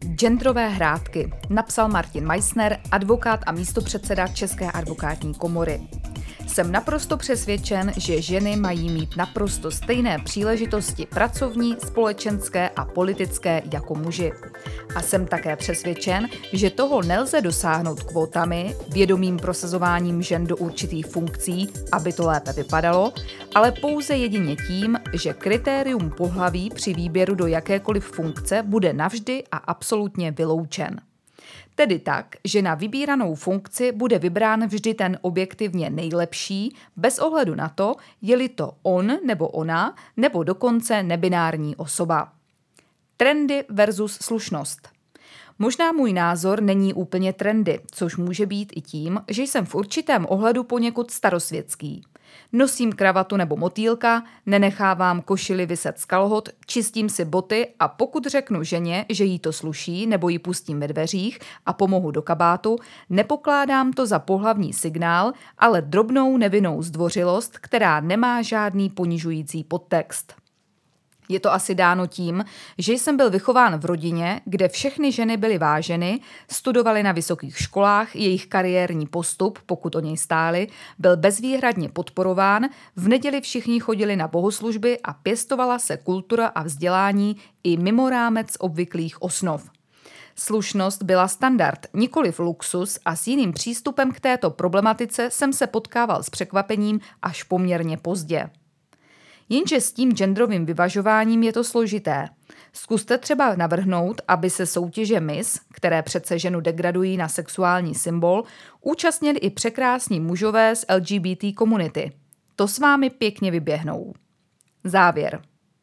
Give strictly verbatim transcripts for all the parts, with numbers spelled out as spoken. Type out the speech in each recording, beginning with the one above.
Genderové hrátky, napsal Martin Meissner, advokát a místopředseda České advokátní komory. Jsem naprosto přesvědčen, že ženy mají mít naprosto stejné příležitosti pracovní, společenské a politické jako muži. A jsem také přesvědčen, že toho nelze dosáhnout kvótami, vědomým prosazováním žen do určitých funkcí, aby to lépe vypadalo, ale pouze jedině tím, že kritérium pohlaví při výběru do jakékoliv funkce bude navždy a absolutně vyloučen. Tedy tak, že na vybíranou funkci bude vybrán vždy ten objektivně nejlepší, bez ohledu na to, je-li to on nebo ona, nebo dokonce nebinární osoba. Trendy versus slušnost. Možná můj názor není úplně trendy, což může být i tím, že jsem v určitém ohledu poněkud starosvětský. Nosím kravatu nebo motýlka, nenechávám košili viset z kalhot, čistím si boty a pokud řeknu ženě, že jí to sluší nebo ji pustím ve dveřích a pomohu do kabátu, nepokládám to za pohlavní signál, ale drobnou nevinnou zdvořilost, která nemá žádný ponižující podtext. Je to asi dáno tím, že jsem byl vychován v rodině, kde všechny ženy byly váženy, studovaly na vysokých školách, jejich kariérní postup, pokud o něj stáli, byl bezvýhradně podporován, v neděli všichni chodili na bohoslužby a pěstovala se kultura a vzdělání i mimo rámec obvyklých osnov. Slušnost byla standard, nikoliv luxus a s jiným přístupem k této problematice jsem se potkával s překvapením až poměrně pozdě. Jenže s tím genderovým vyvažováním je to složité. Zkuste třeba navrhnout, aby se soutěže Miss, které přece ženu degradují na sexuální symbol, účastnili i překrásní mužové z L G B T komunity. To s vámi pěkně vyběhnou. Závěr.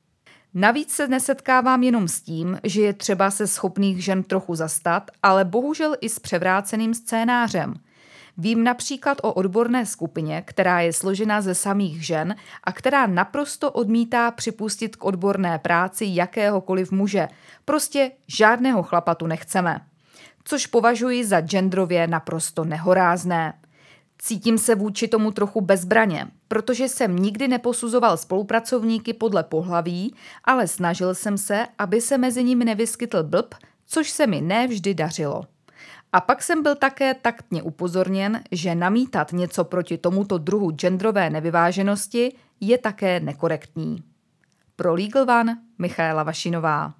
Navíc se nesetkávám jenom s tím, že je třeba se schopných žen trochu zastat, ale bohužel i s převráceným scénářem. Vím například o odborné skupině, která je složena ze samých žen a která naprosto odmítá připustit k odborné práci jakéhokoliv muže. Prostě žádného chlapa tu nechceme. Což považuji za genderově naprosto nehorázné. Cítím se vůči tomu trochu bezbraně, protože jsem nikdy neposuzoval spolupracovníky podle pohlaví, ale snažil jsem se, aby se mezi nimi nevyskytl blb, což se mi ne vždy dařilo. A pak jsem byl také taktně upozorněn, že namítat něco proti tomuto druhu genderové nevyváženosti je také nekorektní. Pro Legal One Michaela Vašinová.